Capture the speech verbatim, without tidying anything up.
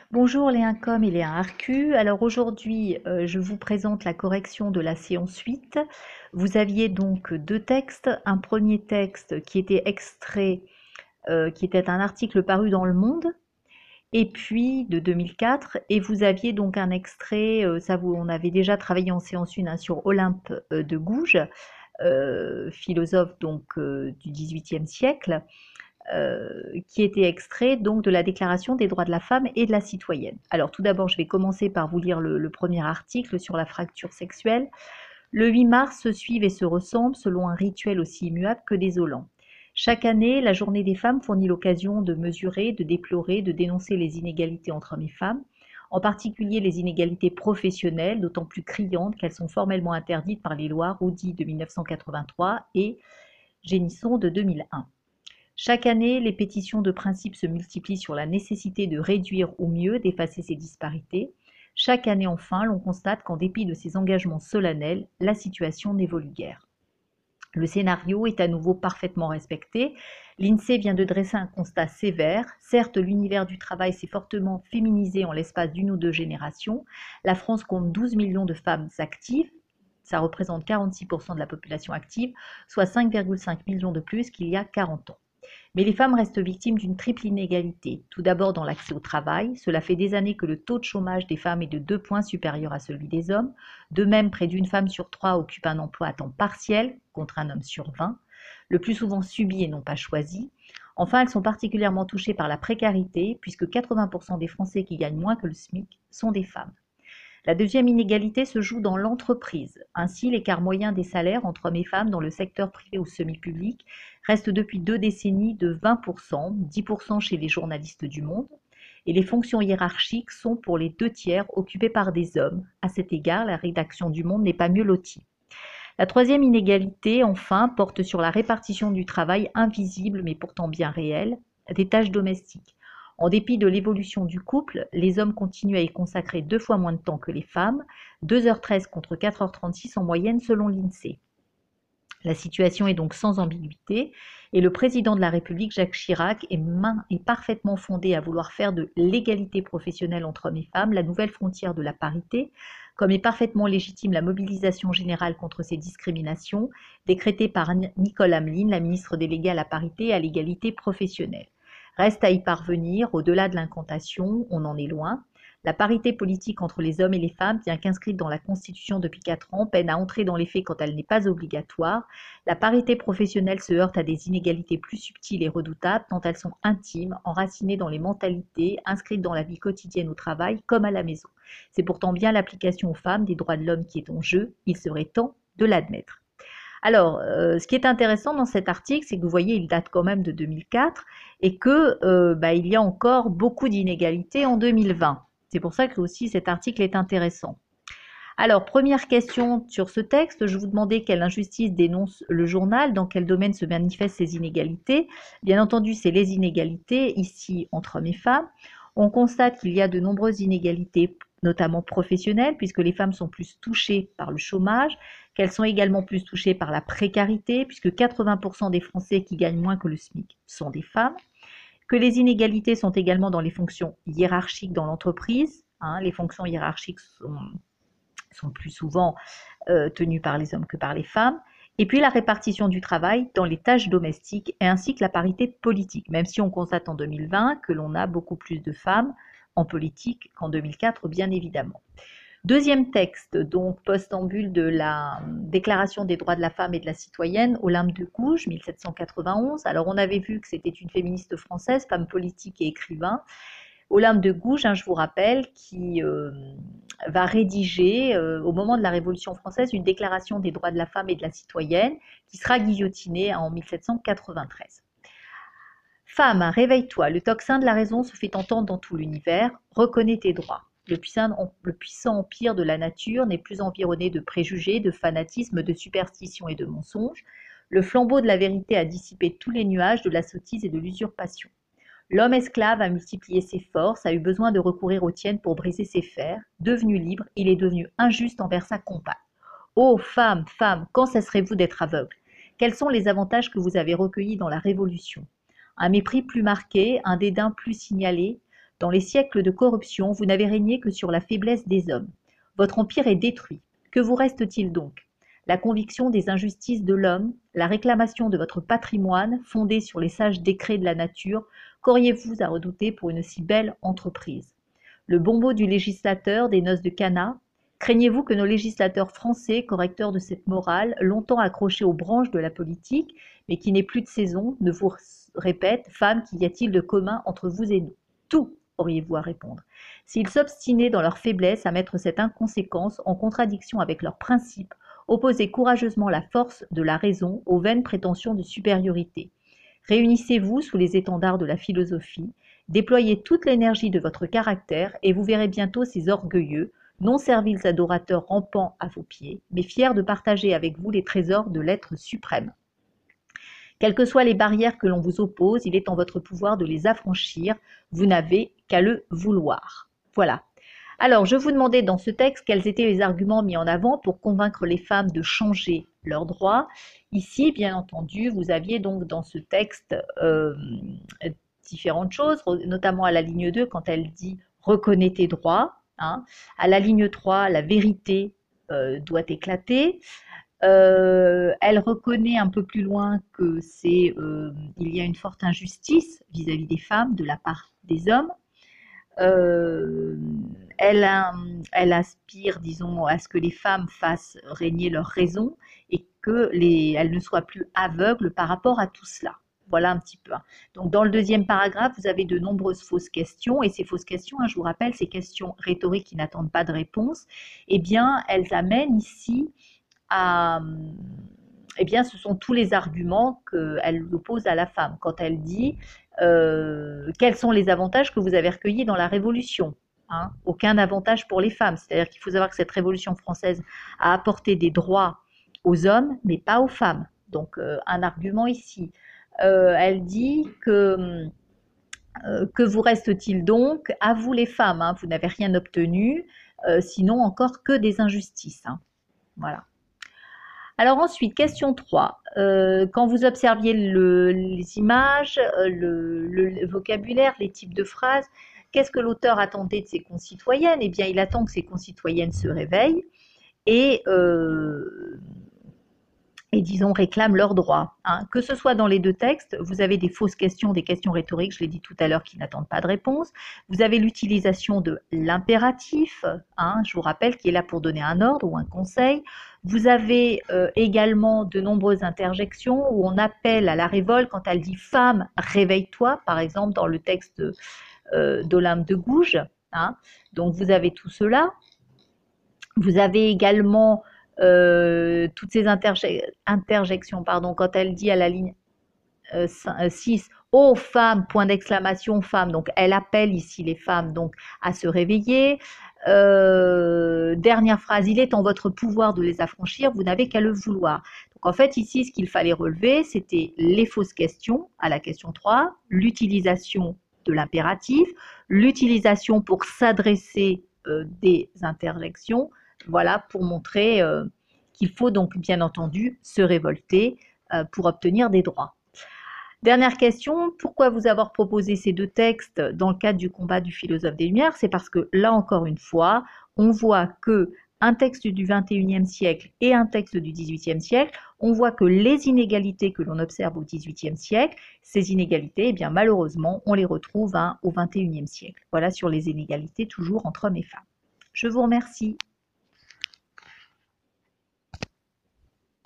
Bonjour les Incom et les un R Q. Alors aujourd'hui, euh, je vous présente la correction de la séance huit. Vous aviez donc deux textes. Un premier texte qui était extrait, euh, qui était un article paru dans Le Monde, et puis de deux mille quatre. Et vous aviez donc un extrait, euh, ça vous, on avait déjà travaillé en séance un hein, sur Olympe euh, de Gouges, euh, philosophe donc euh, du dix-huitième siècle. Euh, qui était extrait donc de la Déclaration des droits de la femme et de la citoyenne. Alors tout d'abord, je vais commencer par vous lire le, le premier article sur la fracture sexuelle. Le huit mars se suivent et se ressemblent selon un rituel aussi immuable que désolant. Chaque année, la Journée des femmes fournit l'occasion de mesurer, de déplorer, de dénoncer les inégalités entre hommes et femmes, en particulier les inégalités professionnelles, d'autant plus criantes qu'elles sont formellement interdites par les lois Roudy de mille neuf cent quatre-vingt-trois et Génisson de deux mille un. Chaque année, les pétitions de principe se multiplient sur la nécessité de réduire ou mieux d'effacer ces disparités. Chaque année enfin, l'on constate qu'en dépit de ces engagements solennels, la situation n'évolue guère. Le scénario est à nouveau parfaitement respecté. L'INSEE vient de dresser un constat sévère. Certes, l'univers du travail s'est fortement féminisé en l'espace d'une ou deux générations. La France compte douze millions de femmes actives. Ça représente quarante-six pour cent de la population active, soit cinq virgule cinq millions de plus qu'il y a quarante ans. Mais les femmes restent victimes d'une triple inégalité. Tout d'abord dans l'accès au travail. Cela fait des années que le taux de chômage des femmes est de deux points supérieur à celui des hommes. De même, près d'une femme sur trois occupe un emploi à temps partiel, contre un homme sur vingt, le plus souvent subi et non pas choisi. Enfin, elles sont particulièrement touchées par la précarité, puisque quatre-vingts pour cent des Français qui gagnent moins que le SMIC sont des femmes. La deuxième inégalité se joue dans l'entreprise. Ainsi, l'écart moyen des salaires entre hommes et femmes dans le secteur privé ou semi-public reste depuis deux décennies de vingt pour cent, dix pour cent chez les journalistes du Monde, et les fonctions hiérarchiques sont pour les deux tiers occupées par des hommes. À cet égard, la rédaction du Monde n'est pas mieux lotie. La troisième inégalité, enfin, porte sur la répartition du travail invisible mais pourtant bien réel, des tâches domestiques. En dépit de l'évolution du couple, les hommes continuent à y consacrer deux fois moins de temps que les femmes, deux heures treize contre quatre heures trente-six en moyenne selon l'INSEE. La situation est donc sans ambiguïté et le président de la République, Jacques Chirac, est, main, est parfaitement fondé à vouloir faire de l'égalité professionnelle entre hommes et femmes la nouvelle frontière de la parité, comme est parfaitement légitime la mobilisation générale contre ces discriminations, décrétée par Nicole Hamelin, la ministre déléguée à la parité et à l'égalité professionnelle. Reste à y parvenir, au-delà de l'incantation, on en est loin. La parité politique entre les hommes et les femmes, bien qu'inscrite dans la Constitution depuis quatre ans, peine à entrer dans les faits quand elle n'est pas obligatoire. La parité professionnelle se heurte à des inégalités plus subtiles et redoutables, tant elles sont intimes, enracinées dans les mentalités, inscrites dans la vie quotidienne au travail comme à la maison. C'est pourtant bien l'application aux femmes des droits de l'homme qui est en jeu, il serait temps de l'admettre. Alors, euh, ce qui est intéressant dans cet article, c'est que vous voyez, il date quand même de deux mille quatre et que euh, bah, il y a encore beaucoup d'inégalités en deux mille vingt. C'est pour ça que aussi cet article est intéressant. Alors, première question sur ce texte, je vous demandais quelle injustice dénonce le journal, dans quel domaine se manifestent ces inégalités. Bien entendu, c'est les inégalités, ici, entre hommes et femmes. On constate qu'il y a de nombreuses inégalités, notamment professionnelles, puisque les femmes sont plus touchées par le chômage, qu'elles sont également plus touchées par la précarité, puisque quatre-vingts pour cent des Français qui gagnent moins que le SMIC sont des femmes, que les inégalités sont également dans les fonctions hiérarchiques dans l'entreprise. Hein, les fonctions hiérarchiques sont, sont plus souvent euh, tenues par les hommes que par les femmes. Et puis la répartition du travail dans les tâches domestiques et ainsi que la parité politique, même si on constate en deux mille vingt que l'on a beaucoup plus de femmes en politique qu'en deux mille quatre, bien évidemment. Deuxième texte, donc postambule de la Déclaration des droits de la femme et de la citoyenne, Olympe de Gouges, mille sept cent quatre-vingt-onze. Alors on avait vu que c'était une féministe française, femme politique et écrivain. Olympe de Gouges, hein, je vous rappelle, qui euh, va rédiger euh, au moment de la Révolution française une déclaration des droits de la femme et de la citoyenne qui sera guillotinée en mille sept cent quatre-vingt-treize. Femme, réveille-toi, le tocsin de la raison se fait entendre dans tout l'univers, reconnais tes droits. Le puissant, le puissant empire de la nature n'est plus environné de préjugés, de fanatisme, de superstitions et de mensonges. Le flambeau de la vérité a dissipé tous les nuages de la sottise et de l'usurpation. L'homme esclave a multiplié ses forces, a eu besoin de recourir aux tiennes pour briser ses fers. Devenu libre, il est devenu injuste envers sa compagne. Ô femme, femme, quand cesserez-vous d'être aveugle? Quels sont les avantages que vous avez recueillis dans la Révolution? Un mépris plus marqué, un dédain plus signalé, Dans les siècles de corruption, vous n'avez régné que sur la faiblesse des hommes. Votre empire est détruit. Que vous reste-t-il donc? La conviction des injustices de l'homme, la réclamation de votre patrimoine fondé sur les sages décrets de la nature, qu'auriez-vous à redouter pour une si belle entreprise? Le bon mot du législateur des noces de Cana? Craignez-vous que nos législateurs français, correcteurs de cette morale, longtemps accrochés aux branches de la politique, mais qui n'est plus de saison, ne vous répètent: femmes, qu'y a-t-il de commun entre vous et nous? Tout, auriez-vous à répondre. S'ils s'obstinaient dans leur faiblesse à mettre cette inconséquence en contradiction avec leurs principes, opposez courageusement la force de la raison aux vaines prétentions de supériorité. Réunissez-vous sous les étendards de la philosophie, déployez toute l'énergie de votre caractère et vous verrez bientôt ces orgueilleux, non serviles adorateurs rampant à vos pieds, mais fiers de partager avec vous les trésors de l'être suprême. Quelles que soient les barrières que l'on vous oppose, il est en votre pouvoir de les affranchir, vous n'avez qu'à le vouloir. Voilà. Alors, je vous demandais dans ce texte quels étaient les arguments mis en avant pour convaincre les femmes de changer leurs droits. Ici, bien entendu, vous aviez donc dans ce texte euh, différentes choses, notamment à la ligne deux, quand elle dit « reconnais tes droits hein ». À la ligne trois, la vérité euh, doit éclater. Euh, elle reconnaît un peu plus loin que c'est, euh, il y a une forte injustice vis-à-vis des femmes de la part des hommes. Euh, elle, elle aspire, disons, à ce que les femmes fassent régner leur raison et qu'elles ne soient plus aveugles par rapport à tout cela. Voilà un petit peu. Donc, dans le deuxième paragraphe, vous avez de nombreuses fausses questions. Et ces fausses questions, hein, je vous rappelle, ces questions rhétoriques qui n'attendent pas de réponse, eh bien, elles amènent ici à... Eh bien, ce sont tous les arguments qu'elle oppose à la femme. Quand elle dit euh, quels sont les avantages que vous avez recueillis dans la Révolution hein, aucun avantage pour les femmes. C'est-à-dire qu'il faut savoir que cette Révolution française a apporté des droits aux hommes, mais pas aux femmes. Donc, euh, un argument ici. Euh, elle dit que, euh, que vous reste-t-il donc à vous les femmes hein, vous n'avez rien obtenu, euh, sinon encore que des injustices. Hein. Voilà. Alors ensuite, question trois. Euh, quand vous observiez le, les images, le, le vocabulaire, les types de phrases, qu'est-ce que l'auteur attendait de ses concitoyennes? Eh bien, il attend que ses concitoyennes se réveillent et, euh, et disons, réclament leurs droits. Hein. Que ce soit dans les deux textes, vous avez des fausses questions, des questions rhétoriques, je l'ai dit tout à l'heure, qui n'attendent pas de réponse. Vous avez l'utilisation de l'impératif, hein, je vous rappelle, qui est là pour donner un ordre ou un conseil. Vous avez euh, également de nombreuses interjections où on appelle à la révolte quand elle dit « femme, réveille-toi », par exemple dans le texte euh, d'Olympe de Gouges. Hein. Donc vous avez tout cela. Vous avez également euh, toutes ces interje interjections, pardon, quand elle dit à la ligne euh, six « ô femmes, point d'exclamation, femmes », donc elle appelle ici les femmes donc à se réveiller. Euh, dernière phrase, il est en votre pouvoir de les affranchir, vous n'avez qu'à le vouloir. Donc en fait ici ce qu'il fallait relever c'était les fausses questions à la question trois, l'utilisation de l'impératif, l'utilisation pour s'adresser euh, des interjections, voilà pour montrer euh, qu'il faut donc bien entendu se révolter euh, pour obtenir des droits. Dernière question, pourquoi vous avoir proposé ces deux textes dans le cadre du combat du philosophe des Lumières? C'est parce que là encore une fois, on voit que un texte du vingt et unième siècle et un texte du dix-huitième siècle, on voit que les inégalités que l'on observe au dix-huitième siècle, ces inégalités, eh bien malheureusement, on les retrouve hein, au vingt et unième siècle. Voilà sur les inégalités toujours entre hommes et femmes. Je vous remercie.